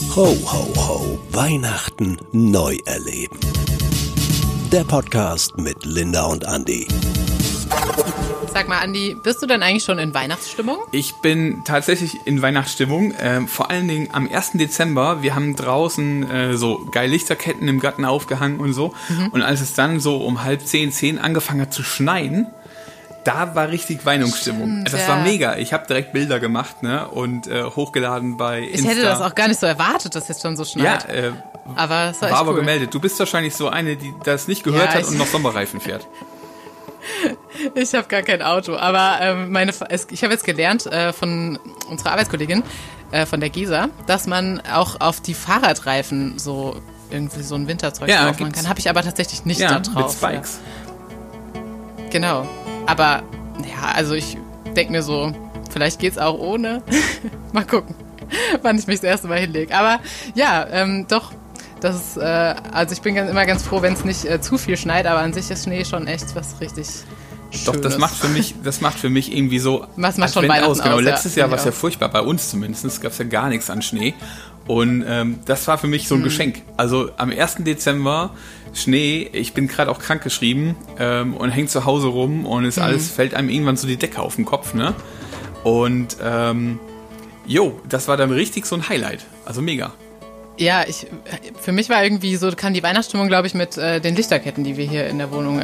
Ho, ho, ho. Weihnachten neu erleben. Der Podcast mit Linda und Andi. Sag mal, Andi, bist du denn eigentlich schon in Weihnachtsstimmung? Ich bin tatsächlich in Weihnachtsstimmung, vor allen Dingen am 1. Dezember. Wir haben draußen so geile Lichterketten im Garten aufgehangen und so. Und als es dann so um 9:30, 10 angefangen hat zu schneien, da war richtig Weihnachtsstimmung. Das war mega. Ich habe direkt Bilder gemacht, ne, und hochgeladen bei Insta. Ich hätte das auch gar nicht so erwartet, dass jetzt schon so schneit. Ja, aber es war echt cool. Gemeldet. Du bist wahrscheinlich so eine, die das nicht gehört hat und noch Sommerreifen fährt. Ich habe gar kein Auto, aber ich habe jetzt gelernt von unserer Arbeitskollegin, von der Gesa, dass man auch auf die Fahrradreifen so irgendwie so ein Winterzeug drauf machen kann. Habe ich aber tatsächlich nicht da drauf. Mit Spikes. Ja. Genau. Aber ja, also ich denke mir so, vielleicht geht's auch ohne. Mal gucken, wann ich mich das erste Mal hinlege. Aber ja, doch. Das ist, also ich bin immer ganz froh, wenn es nicht zu viel schneit, aber an sich ist Schnee schon echt was richtig Schönes. Doch, das macht für mich irgendwie so was macht schon Weihnachten aus. Genau, letztes Jahr war es ja furchtbar, bei uns zumindest, gab es ja gar nichts an Schnee. Und das war für mich so ein Geschenk. Also am 1. Dezember Schnee, ich bin gerade auch krankgeschrieben und hängt zu Hause rum und ist alles, fällt einem irgendwann so die Decke auf den Kopf, ne? Und das war dann richtig so ein Highlight. Also mega. Ja, für mich war irgendwie so, kam die Weihnachtsstimmung, glaube ich, mit den Lichterketten, die wir hier in der Wohnung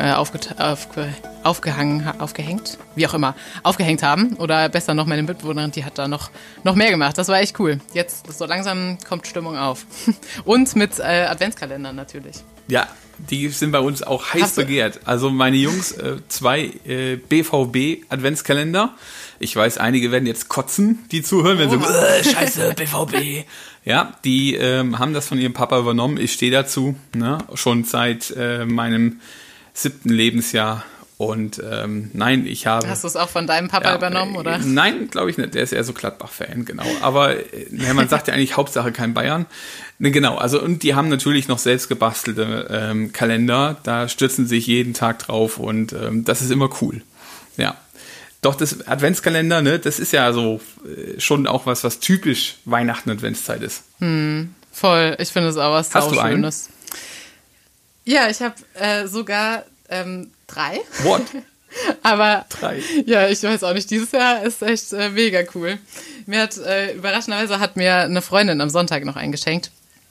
aufgehängt, wie auch immer, aufgehängt haben. Oder besser noch meine Mitbewohnerin, die hat da noch mehr gemacht. Das war echt cool. Jetzt so langsam kommt Stimmung auf. Und mit Adventskalendern natürlich. Ja, die sind bei uns auch heiß begehrt. Also meine Jungs, 2 BVB-Adventskalender. Ich weiß, einige werden jetzt kotzen, die zuhören, wenn sie scheiße, BVB. Ja, die haben das von ihrem Papa übernommen. Ich stehe dazu, ne? Schon seit meinem 7. Lebensjahr. Und nein, ich habe... Hast du es auch von deinem Papa übernommen, oder? Nein, glaube ich nicht. Der ist eher so Gladbach-Fan, genau. Aber man sagt ja eigentlich Hauptsache kein Bayern. Ne, genau, also und die haben natürlich noch selbst gebastelte Kalender. Da stürzen sich jeden Tag drauf und das ist immer cool. Ja. Doch, das Adventskalender, ne, das ist ja so schon auch was typisch Weihnachten Adventszeit ist. Voll, ich finde es auch was Hast du einen? Schönes. Ja, ich habe sogar 3. What? Aber 3. Ja, ich weiß auch nicht, dieses Jahr ist echt mega cool. Überraschenderweise hat mir eine Freundin am Sonntag noch eingeschenkt.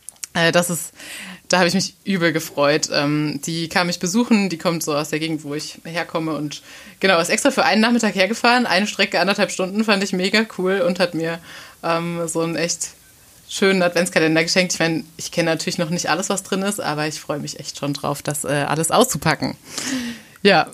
Da habe ich mich übel gefreut. Die kam mich besuchen, die kommt so aus der Gegend, wo ich herkomme und genau, ist extra für einen Nachmittag hergefahren, eine Strecke 1,5 Stunden, fand ich mega cool und hat mir so einen echt schönen Adventskalender geschenkt. Ich meine, ich kenne natürlich noch nicht alles, was drin ist, aber ich freue mich echt schon drauf, das alles auszupacken. Ja.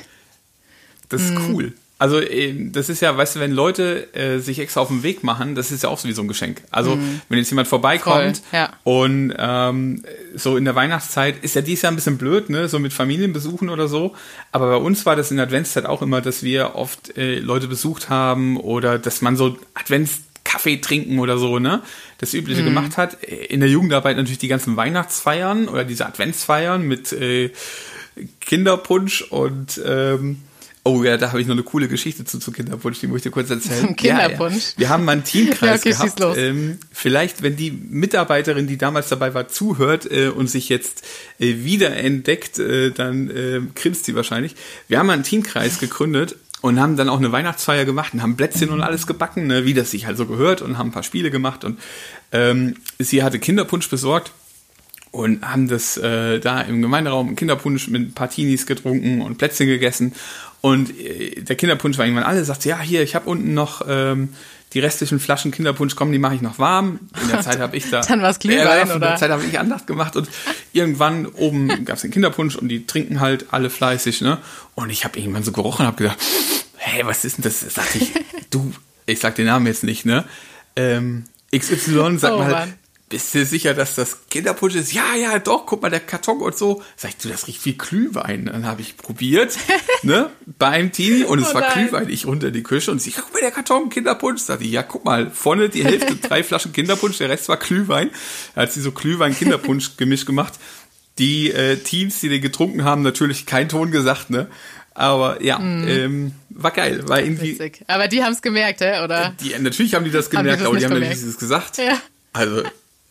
Das ist cool. Also das ist ja, weißt du, wenn Leute sich extra auf den Weg machen, das ist ja auch so wie so ein Geschenk. Also wenn jetzt jemand vorbeikommt und so in der Weihnachtszeit, ist ja dieses Jahr ein bisschen blöd, ne, so mit Familienbesuchen oder so. Aber bei uns war das in der Adventszeit auch immer, dass wir oft Leute besucht haben oder dass man so Adventskaffee trinken oder so, ne, das Übliche gemacht hat. In der Jugendarbeit natürlich die ganzen Weihnachtsfeiern oder diese Adventsfeiern mit Kinderpunsch und oh ja, da habe ich noch eine coole Geschichte zu Kinderpunsch, die muss ich dir kurz erzählen. Zum Kinderpunsch? Ja. Wir haben mal einen Teamkreis gehabt. Los. Vielleicht, wenn die Mitarbeiterin, die damals dabei war, zuhört und sich jetzt wiederentdeckt, dann grinst sie wahrscheinlich. Wir haben mal einen Teamkreis gegründet und haben dann auch eine Weihnachtsfeier gemacht und haben Plätzchen und alles gebacken, ne, wie das sich halt so gehört und haben ein paar Spiele gemacht und sie hatte Kinderpunsch besorgt. Und haben das da im Gemeinderaum Kinderpunsch mit ein paar Teenies getrunken und Plätzchen gegessen. Und der Kinderpunsch war irgendwann alle, sagte, ja, hier, ich habe unten noch die restlichen Flaschen Kinderpunsch, komm, die mache ich noch warm. In der Zeit habe ich da... Dann war es Glühwein, oder? In der Zeit habe ich Andacht gemacht und irgendwann oben gab es den Kinderpunsch und die trinken halt alle fleißig, ne? Und ich habe irgendwann so gerochen und habe gedacht, hey, was ist denn das? Sagte ich, ich sag den Namen jetzt nicht, ne? XY, sag mal... Mann. Bist du sicher, dass das Kinderpunsch ist? Ja, doch, guck mal, der Karton und so. Sag ich, das riecht wie Glühwein. Dann habe ich probiert, ne, beim Teenie und es war Glühwein. Ich runter in die Küche und sie, guck mal, der Karton, Kinderpunsch. Sag ich, ja, guck mal, vorne die Hälfte, 3 Flaschen Kinderpunsch, der Rest war Glühwein. Da hat sie so Glühwein-Kinderpunsch-Gemisch gemacht. Die Teens, die den getrunken haben, natürlich kein Ton gesagt, ne. Aber ja, war geil. War irgendwie. Witzig. Aber die haben es gemerkt, oder? Natürlich haben die das gemerkt, aber die haben ja nicht gesagt. Ja. Also,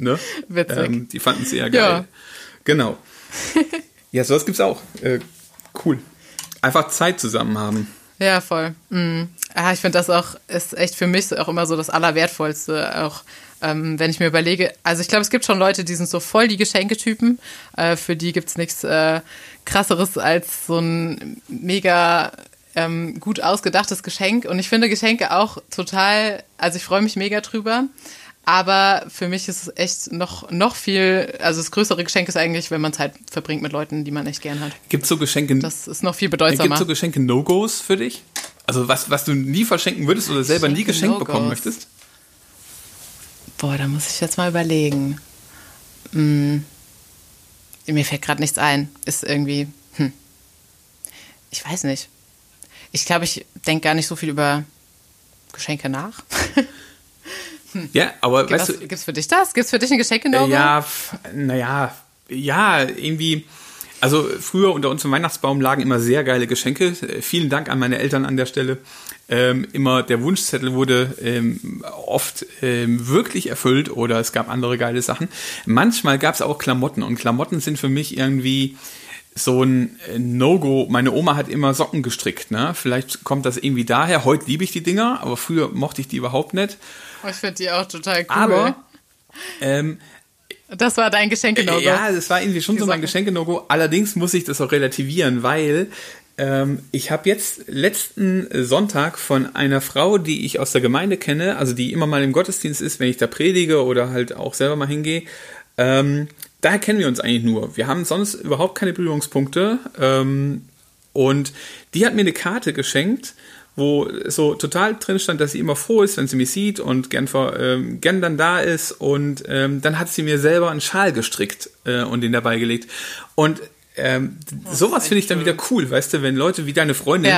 Ne? Witzig. Die fanden es eher geil. Ja. Genau. Ja, sowas gibt's auch. Cool. Einfach Zeit zusammen haben. Ja, voll. Ja, ich finde, das auch ist echt für mich auch immer so das Allerwertvollste, auch wenn ich mir überlege, also ich glaube, es gibt schon Leute, die sind so voll die Geschenketypen, für die gibt's nichts Krasseres als so ein mega gut ausgedachtes Geschenk, und ich finde Geschenke auch total, also ich freue mich mega drüber, aber für mich ist es echt noch viel, also das größere Geschenk ist eigentlich, wenn man Zeit verbringt mit Leuten, die man echt gern hat. Gibt's so Geschenke? Das ist noch viel bedeutsamer. Gibt's so Geschenke-No-Gos für dich? Also was du nie verschenken würdest oder selber nie geschenkt bekommen möchtest? Boah, da muss ich jetzt mal überlegen. Mir fällt gerade nichts ein. Ist irgendwie, ich weiß nicht. Ich glaube, ich denke gar nicht so viel über Geschenke nach. Ja, aber weißt du... Gibt's für dich das? Gibt's für dich ein Geschenke-No-Go? Ja, irgendwie... Also früher unter uns im Weihnachtsbaum lagen immer sehr geile Geschenke. Vielen Dank an meine Eltern an der Stelle. Immer der Wunschzettel wurde oft wirklich erfüllt, oder es gab andere geile Sachen. Manchmal gab es auch Klamotten, und Klamotten sind für mich irgendwie so ein No-Go. Meine Oma hat immer Socken gestrickt, ne? Vielleicht kommt das irgendwie daher. Heute liebe ich die Dinger, aber früher mochte ich die überhaupt nicht. Ich finde die auch total cool. Aber das war dein Geschenke-No-Go. Ja, das war irgendwie schon so mein Geschenke-No-Go. Allerdings muss ich das auch relativieren, weil ich habe jetzt letzten Sonntag von einer Frau, die ich aus der Gemeinde kenne, also die immer mal im Gottesdienst ist, wenn ich da predige oder halt auch selber mal hingehe, daher kennen wir uns eigentlich nur. Wir haben sonst überhaupt keine Berührungspunkte. Und die hat mir eine Karte geschenkt, wo so total drin stand, dass sie immer froh ist, wenn sie mich sieht und gern dann da ist. Und dann hat sie mir selber einen Schal gestrickt und den dabei gelegt. Und sowas finde ich dann wieder cool, weißt du, wenn Leute wie deine Freundin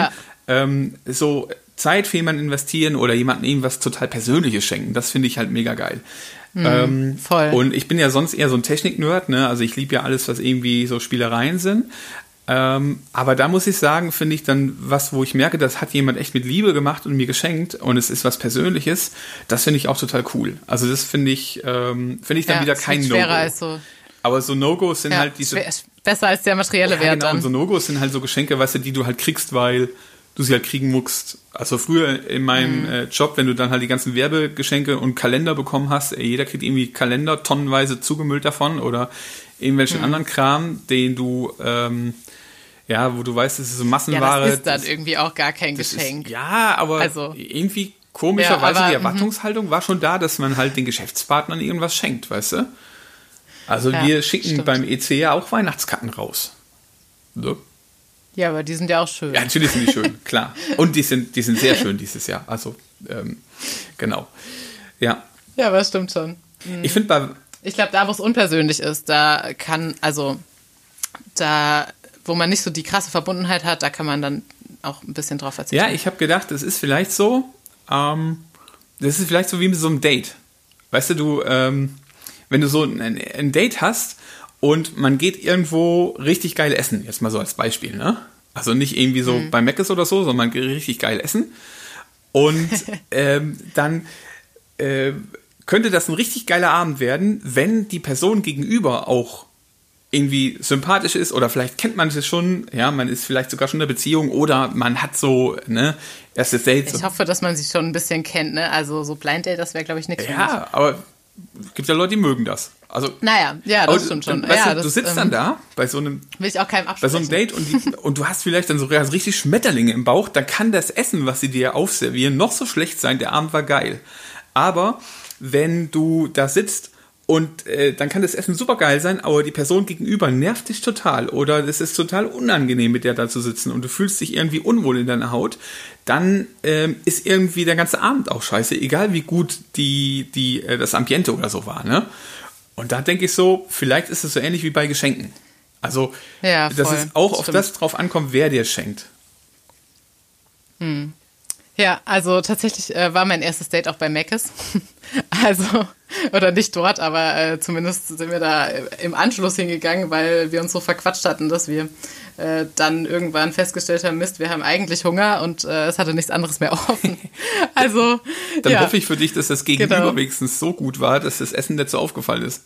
so Zeit für jemanden investieren oder jemandem irgendwas total Persönliches schenken. Das finde ich halt mega geil. Voll. Und ich bin ja sonst eher so ein Technik-Nerd, ne? Also ich liebe ja alles, was irgendwie so Spielereien sind. Aber da muss ich sagen, finde ich dann was, wo ich merke, das hat jemand echt mit Liebe gemacht und mir geschenkt und es ist was Persönliches, das finde ich auch total cool. Also das finde ich dann wieder kein No-Go. Als so. Aber so No-Gos sind halt diese... Besser als der materielle Wert genau, dann. Und so No-Gos sind halt so Geschenke, weißt du, die du halt kriegst, weil du sie halt kriegen musst. Also früher in meinem Job, wenn du dann halt die ganzen Werbegeschenke und Kalender bekommen hast, jeder kriegt irgendwie Kalender tonnenweise zugemüllt davon oder irgendwelchen anderen Kram, den du, wo du weißt, das ist so Massenware. Ja, das ist dann irgendwie auch gar kein Geschenk. Aber also, irgendwie komischerweise die Erwartungshaltung war schon da, dass man halt den Geschäftspartnern irgendwas schenkt, weißt du? Also wir schicken beim EC ja auch Weihnachtskarten raus. So. Ja, aber die sind ja auch schön. Ja, natürlich sind die schön, klar. Und die sind sehr schön dieses Jahr. Also, genau. Ja. Ja, aber das stimmt schon. Ich finde ich glaube, da, wo es unpersönlich ist, da kann, also, da, wo man nicht so die krasse Verbundenheit hat, da kann man dann auch ein bisschen drauf verzichten. Ja, ich habe gedacht, das ist vielleicht so, wie mit so einem Date. Weißt du, wenn du so ein Date hast und man geht irgendwo richtig geil essen, jetzt mal so als Beispiel, ne? Also nicht irgendwie so bei Mc's oder so, sondern man geht richtig geil essen. Und dann könnte das ein richtig geiler Abend werden, wenn die Person gegenüber auch irgendwie sympathisch ist oder vielleicht kennt man es schon, ja, man ist vielleicht sogar schon in einer Beziehung oder man hat so, ne, erstes Date. Ich hoffe, dass man sich schon ein bisschen kennt, ne? Also so Blind Date, das wäre, glaube ich, nichts für mich. Ja, aber es gibt ja Leute, die mögen das. Also, naja, ja, das stimmt schon. Du sitzt dann da bei so einem, will ich auch keinem absprechen. bei so einem Date und du hast vielleicht dann so richtig Schmetterlinge im Bauch, dann kann das Essen, was sie dir aufservieren, noch so schlecht sein, der Abend war geil. Aber wenn du da sitzt und dann kann das Essen super geil sein, aber die Person gegenüber nervt dich total oder es ist total unangenehm, mit der da zu sitzen und du fühlst dich irgendwie unwohl in deiner Haut, dann ist irgendwie der ganze Abend auch scheiße, egal wie gut das Ambiente oder so war, ne? Und da denke ich so, vielleicht ist es so ähnlich wie bei Geschenken. Also, ja, dass es auch auf das drauf ankommt, wer dir schenkt. Ja, also tatsächlich war mein erstes Date auch bei Mc's. Also Oder nicht dort, aber zumindest sind wir da im Anschluss hingegangen, weil wir uns so verquatscht hatten, dass wir dann irgendwann festgestellt haben, Mist, wir haben eigentlich Hunger und es hatte nichts anderes mehr offen. Also, dann hoffe ich für dich, dass das Gegenüber genau. wenigstens so gut war, dass das Essen nicht so aufgefallen ist.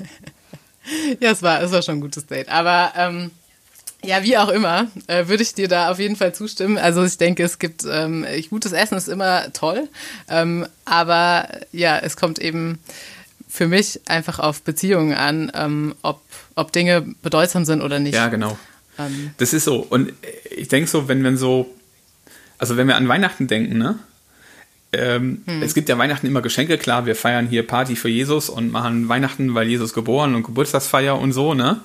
Ja, es war schon ein gutes Date. Aber ja, wie auch immer, würde ich dir da auf jeden Fall zustimmen. Also ich denke, es gibt gutes Essen ist immer toll, aber ja, es kommt eben für mich einfach auf Beziehungen an, ob Dinge bedeutsam sind oder nicht. Ja, genau. Das ist so. Und ich denke so, wenn wir an Weihnachten denken, ne? Es gibt ja Weihnachten immer Geschenke, klar, wir feiern hier Party für Jesus und machen Weihnachten, weil Jesus geboren und Geburtstagsfeier und so, ne?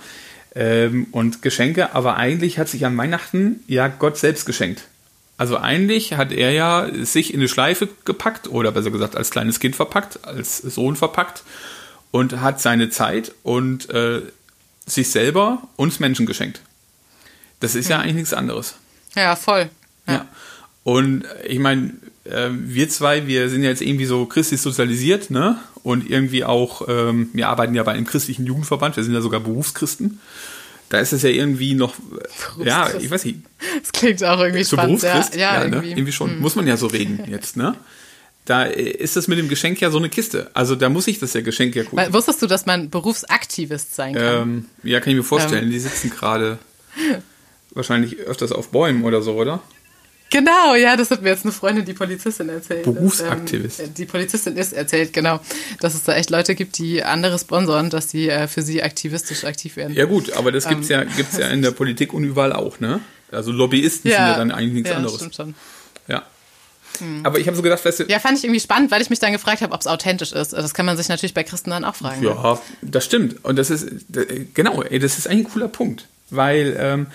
Und Geschenke, aber eigentlich hat sich an Weihnachten ja Gott selbst geschenkt. Also eigentlich hat er ja sich in eine Schleife gepackt oder besser gesagt als kleines Kind verpackt, als Sohn verpackt und hat seine Zeit und sich selber uns Menschen geschenkt. Das ist ja eigentlich nichts anderes. Ja, voll. Ja. Und ich meine, wir zwei, wir sind ja jetzt irgendwie so christlich sozialisiert, ne? Und irgendwie auch, wir arbeiten ja bei einem christlichen Jugendverband, wir sind ja sogar Berufschristen. Da ist es ja irgendwie noch, ja, ich weiß nicht. Das klingt auch irgendwie so spannend. Berufschrist? Ja, irgendwie. Ne? Irgendwie schon. Muss man ja so reden jetzt, ne? Da ist das mit dem Geschenk ja so eine Kiste. Also da muss ich das ja Geschenk ja gucken. Wusstest du, dass man Berufsaktivist sein kann? Ja, kann ich mir vorstellen. Die sitzen gerade wahrscheinlich öfters auf Bäumen oder so, oder? Genau, ja, das hat mir jetzt eine Freundin, die Polizistin, erzählt. Berufsaktivist. Die Polizistin ist erzählt, genau, dass es da echt Leute gibt, die andere sponsoren, dass sie für sie aktivistisch aktiv werden. Ja gut, aber das gibt's ja in der Politik und überall auch, ne? Also Lobbyisten sind ja dann eigentlich nichts anderes. Ja, stimmt schon. Ja. Aber ich habe so gedacht, weißt du... Ja, fand ich irgendwie spannend, weil ich mich dann gefragt habe, ob es authentisch ist. Das kann man sich natürlich bei Christen dann auch fragen. Ja, das stimmt. Und das ist, genau, das ist eigentlich ein cooler Punkt. Weil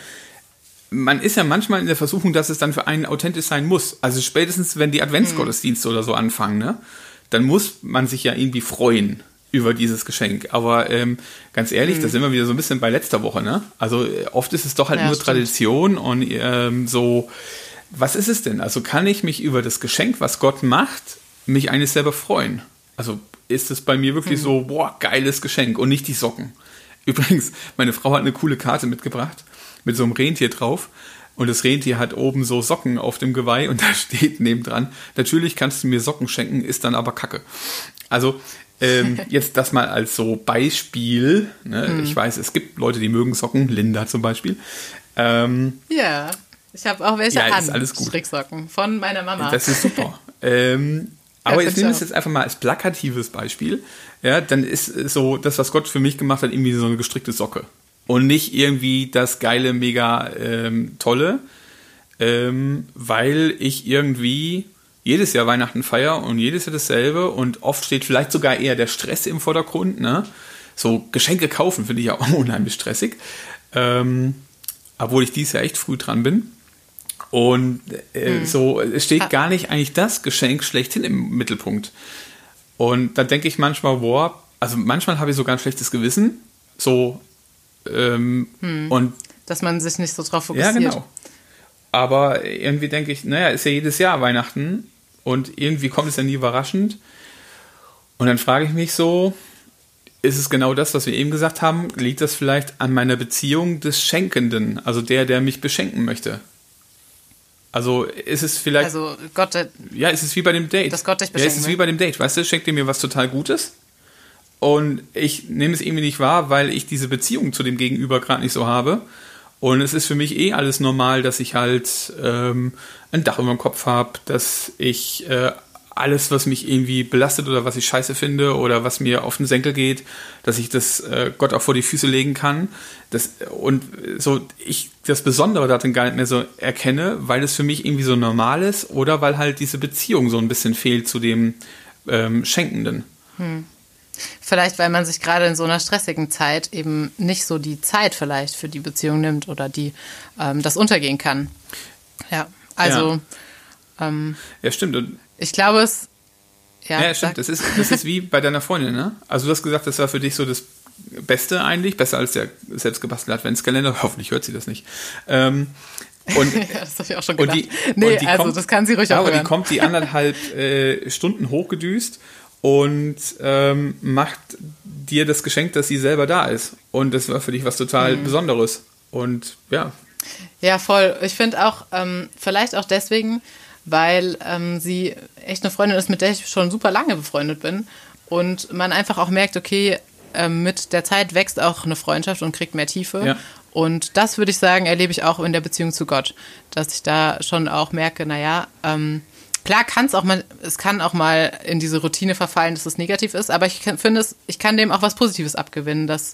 man ist ja manchmal in der Versuchung, dass es dann für einen authentisch sein muss. Also spätestens, wenn die Adventsgottesdienste oder so anfangen, ne, dann muss man sich ja irgendwie freuen über dieses Geschenk. Aber ganz ehrlich, da sind wir wieder so ein bisschen bei letzter Woche, ne? Also oft ist es doch halt nur stimmt. Tradition und so... Was ist es denn? Also kann ich mich über das Geschenk, was Gott macht, mich eines selber freuen? Also ist es bei mir wirklich so, boah, geiles Geschenk und nicht die Socken. Übrigens, meine Frau hat eine coole Karte mitgebracht mit so einem Rentier drauf und das Rentier hat oben so Socken auf dem Geweih und da steht nebendran, natürlich kannst du mir Socken schenken, ist dann aber Kacke. Also jetzt das mal als so Beispiel. Ne? Ich weiß, es gibt Leute, die mögen Socken, Linda zum Beispiel. Ja. Ich habe auch welche an, ist alles gut. Stricksocken von meiner Mama. Das ist super. Aber ich nehme es jetzt einfach mal als plakatives Beispiel. Ja, dann ist so das, was Gott für mich gemacht hat, irgendwie so eine gestrickte Socke. Und nicht irgendwie das geile, mega tolle, weil ich irgendwie jedes Jahr Weihnachten feiere und jedes Jahr dasselbe und oft steht vielleicht sogar eher der Stress im Vordergrund. Ne? So Geschenke kaufen finde ich ja auch unheimlich stressig. Obwohl ich dieses Jahr echt früh dran bin. Und so, es steht gar nicht eigentlich das Geschenk schlechthin im Mittelpunkt. Und da denke ich manchmal, boah, also manchmal habe ich sogar ein schlechtes Gewissen. So, und dass man sich nicht so drauf fokussiert. Ja, genau. Aber irgendwie denke ich, naja, ist ja jedes Jahr Weihnachten und irgendwie kommt es ja nie überraschend. Und dann frage ich mich so, ist es genau das, was wir eben gesagt haben? Liegt das vielleicht an meiner Beziehung des Schenkenden, also der mich beschenken möchte? Also ist es vielleicht... Also Gott... Ja, ist es wie bei dem Date. Dass Gott dich beschenken will. Ja, ist es wie bei dem Date. Weißt du, schenkt ihr mir was total Gutes und ich nehme es irgendwie nicht wahr, weil ich diese Beziehung zu dem Gegenüber gerade nicht so habe. Und es ist für mich alles normal, dass ich halt ein Dach über dem Kopf habe, dass ich... alles, was mich irgendwie belastet oder was ich scheiße finde oder was mir auf den Senkel geht, dass ich das Gott auch vor die Füße legen kann. Und so ich das Besondere darin gar nicht mehr so erkenne, weil es für mich irgendwie so normal ist oder weil halt diese Beziehung so ein bisschen fehlt zu dem Schenkenden. Vielleicht, weil man sich gerade in so einer stressigen Zeit eben nicht so die Zeit vielleicht für die Beziehung nimmt oder die das untergehen kann. Ja, also... Ja, stimmt. Und ich glaube, es... Ja, stimmt. Das ist wie bei deiner Freundin, ne? Also du hast gesagt, das war für dich so das Beste eigentlich, besser als der selbstgebastelte Adventskalender. Hoffentlich hört sie das nicht. Und, ja, das habe ich auch schon gedacht. Das kann sie ruhig auch hören. Aber die kommt die 1,5 Stunden hochgedüst und macht dir das Geschenk, dass sie selber da ist. Und das war für dich was total Besonderes. Und ja. Ja, voll. Ich finde auch, vielleicht auch deswegen, weil sie echt eine Freundin ist, mit der ich schon super lange befreundet bin. Und man einfach auch merkt, okay, mit der Zeit wächst auch eine Freundschaft und kriegt mehr Tiefe. Ja. Und das, würde ich sagen, erlebe ich auch in der Beziehung zu Gott. Dass ich da schon auch merke, naja, klar es kann auch mal in diese Routine verfallen, dass es negativ ist, aber ich kann dem auch was Positives abgewinnen, dass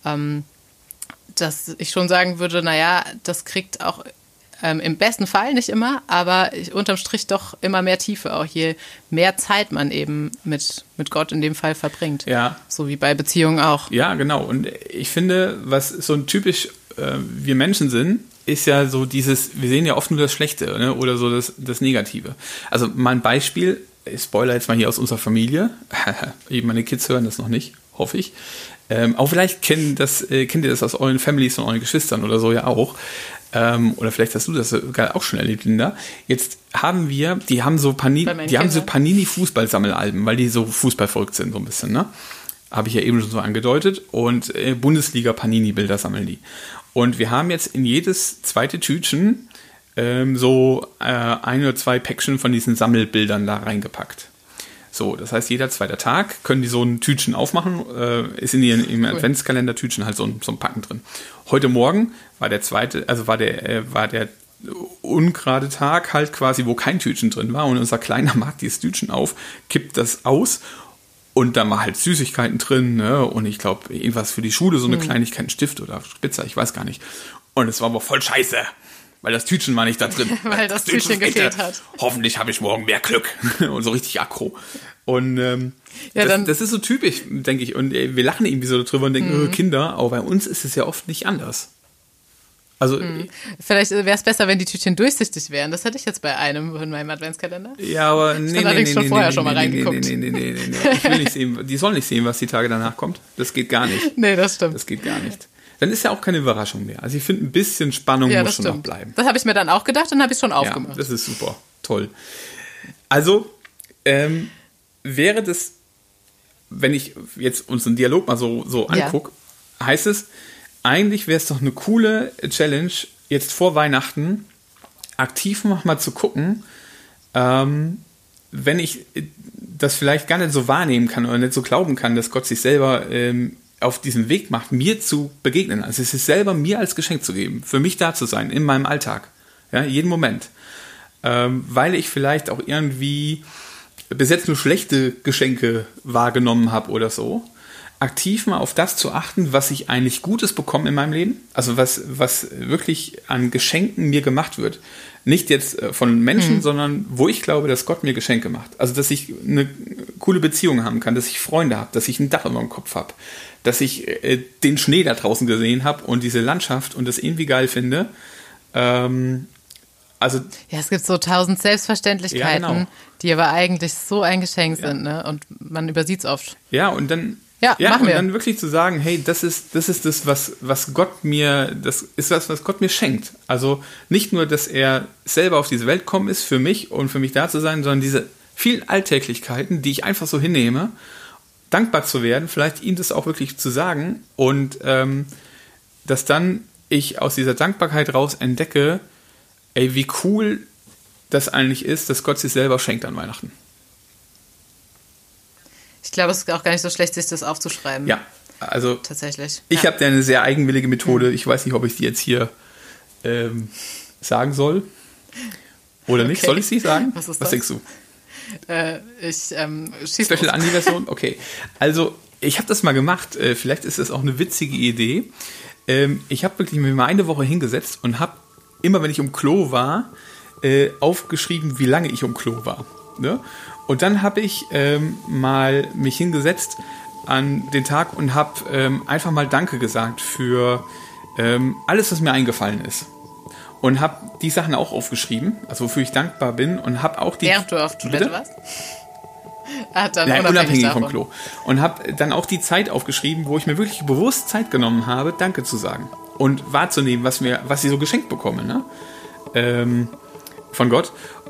ich schon sagen würde, naja, das kriegt auch im besten Fall nicht immer, aber unterm Strich doch immer mehr Tiefe, auch je mehr Zeit man eben mit Gott in dem Fall verbringt. Ja. So wie bei Beziehungen auch. Ja, genau. Und ich finde, was so ein typisch wir Menschen sind, ist ja so dieses, wir sehen ja oft nur das Schlechte, ne? Oder so das Negative. Also mal ein Beispiel, ich spoiler jetzt mal hier aus unserer Familie, meine Kids hören das noch nicht, hoffe ich. Auch vielleicht kennt ihr das aus euren Families und euren Geschwistern oder so ja auch. Oder vielleicht hast du das sogar auch schon erlebt, Linda. Jetzt die haben so Panini-Fußballsammelalben, weil die so fußballverrückt sind, so ein bisschen, ne? Habe ich ja eben schon so angedeutet. Und Bundesliga-Panini-Bilder sammeln die. Und wir haben jetzt in jedes zweite Tütchen so ein oder zwei Päckchen von diesen Sammelbildern da reingepackt. So, das heißt, jeder zweite Tag können die so ein Tütchen aufmachen, ist in ihrem Adventskalender-Tütchen halt so ein Packen drin. Heute Morgen war der ungerade Tag halt quasi, wo kein Tütchen drin war und unser Kleiner mag dieses Tütchen auf, kippt das aus und da war halt Süßigkeiten drin, ne? Und ich glaube, irgendwas für die Schule, so eine Kleinigkeit, ein Stift oder Spitzer, ich weiß gar nicht. Und es war aber voll scheiße. Weil das Tütchen war nicht da drin. Weil das Tütchen gefehlt hat. Hoffentlich habe ich morgen mehr Glück. Und so richtig aggro. Und das ist so typisch, denke ich. Und wir lachen irgendwie so drüber und denken, Kinder, aber bei uns ist es ja oft nicht anders. Also vielleicht wäre es besser, wenn die Tütchen durchsichtig wären. Das hatte ich jetzt bei einem in meinem Adventskalender. Ja, aber nee. Ich allerdings schon vorher schon mal reingeguckt. Nee. Ich will nicht sehen, die sollen nicht sehen, was die Tage danach kommt. Das geht gar nicht. Nee, das stimmt. Das geht gar nicht. Dann ist ja auch keine Überraschung mehr. Also ich finde, ein bisschen Spannung muss schon noch bleiben. Das habe ich mir dann auch gedacht und habe ich schon aufgemacht. Ja, das ist super. Toll. Also wäre das, wenn ich jetzt uns einen Dialog mal so angucke, heißt es, eigentlich wäre es doch eine coole Challenge, jetzt vor Weihnachten aktiv mal zu gucken, wenn ich das vielleicht gar nicht so wahrnehmen kann oder nicht so glauben kann, dass Gott sich selber auf diesem Weg macht, mir zu begegnen. Also es ist selber mir als Geschenk zu geben, für mich da zu sein, in meinem Alltag. Ja, jeden Moment. Weil ich vielleicht auch irgendwie bis jetzt nur schlechte Geschenke wahrgenommen habe oder so. Aktiv mal auf das zu achten, was ich eigentlich Gutes bekomme in meinem Leben. Also was wirklich an Geschenken mir gemacht wird. Nicht jetzt von Menschen, sondern wo ich glaube, dass Gott mir Geschenke macht. Also dass ich eine coole Beziehung haben kann, dass ich Freunde habe, dass ich ein Dach über dem Kopf habe, dass ich den Schnee da draußen gesehen habe und diese Landschaft und das irgendwie geil finde. Es gibt so 1000 Selbstverständlichkeiten, die aber eigentlich so ein Geschenk sind, ne? Und man übersieht es oft. Ja, und dann dann wirklich zu sagen, hey, das ist das, was Gott mir, das ist das, was Gott mir schenkt. Also nicht nur, dass er selber auf diese Welt gekommen ist für mich und für mich da zu sein, sondern diese vielen Alltäglichkeiten, die ich einfach so hinnehme, dankbar zu werden, vielleicht ihm das auch wirklich zu sagen und dass dann ich aus dieser Dankbarkeit raus entdecke, ey, wie cool das eigentlich ist, dass Gott sich selber schenkt an Weihnachten. Ich glaube, es ist auch gar nicht so schlecht, sich das aufzuschreiben. Ja, also tatsächlich. Ich habe da eine sehr eigenwillige Methode. Ich weiß nicht, ob ich die jetzt hier sagen soll oder nicht. Soll ich sie sagen? Was denkst du? Schieß Special Anni-Version? Okay. Also, ich habe das mal gemacht. Vielleicht ist das auch eine witzige Idee. Ich habe wirklich mir mal eine Woche hingesetzt und habe immer, wenn ich um Klo war, aufgeschrieben, wie lange ich um Klo war. Ne? Und dann habe ich mal mich hingesetzt an den Tag und habe einfach mal Danke gesagt für alles, was mir eingefallen ist. Und habe die Sachen auch aufgeschrieben, also wofür ich dankbar bin. Und habe auch die... Während du auf Toilette warst? Nein, unabhängig vom Klo. Und habe dann auch die Zeit aufgeschrieben, wo ich mir wirklich bewusst Zeit genommen habe, Danke zu sagen. Und wahrzunehmen, was ich so geschenkt bekomme, ne? Von Gott.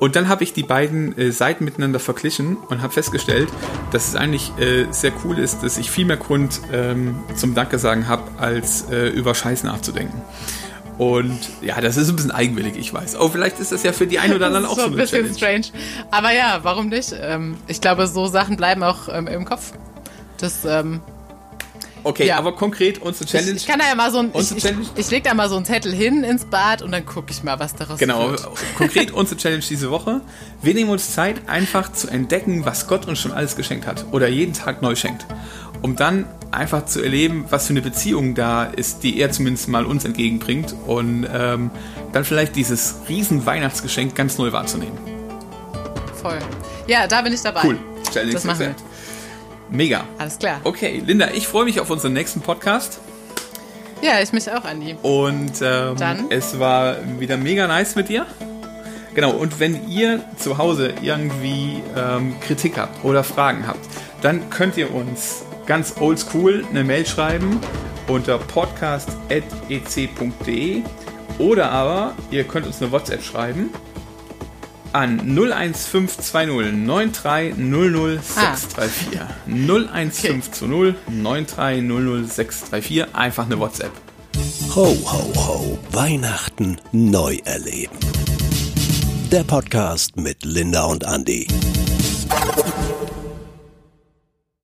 Und dann habe ich die beiden Seiten miteinander verglichen und habe festgestellt, dass es eigentlich sehr cool ist, dass ich viel mehr Grund zum Danke sagen habe, als über Scheiß nachzudenken. Und ja, das ist ein bisschen eigenwillig, ich weiß. Oh, vielleicht ist das ja für die einen oder anderen auch so eine Challenge. Das ist ein bisschen strange. Aber ja, warum nicht? Ich glaube, so Sachen bleiben auch im Kopf. Das, okay, ja. Aber konkret unsere Challenge. Ich kann da ja mal so ich leg da mal so einen Zettel hin ins Bad und dann gucke ich mal, was daraus wird. Genau, konkret unsere Challenge diese Woche. Wir nehmen uns Zeit, einfach zu entdecken, was Gott uns schon alles geschenkt hat oder jeden Tag neu schenkt. Um dann einfach zu erleben, was für eine Beziehung da ist, die er zumindest mal uns entgegenbringt und dann vielleicht dieses riesen Weihnachtsgeschenk ganz neu wahrzunehmen. Voll. Ja, da bin ich dabei. Cool. Challenge das machen wir. Mega. Alles klar. Okay, Linda, ich freue mich auf unseren nächsten Podcast. Ja, ich mich auch, Andi. Und Dann? Es war wieder mega nice mit dir. Genau, und wenn ihr zu Hause irgendwie Kritik habt oder Fragen habt, dann könnt ihr uns ganz oldschool eine Mail schreiben unter podcast@ec.de oder aber ihr könnt uns eine WhatsApp schreiben an 01520 93 00634. 01520 93 00634. Einfach eine WhatsApp. Ho, ho, ho. Weihnachten neu erleben. Der Podcast mit Linda und Andi.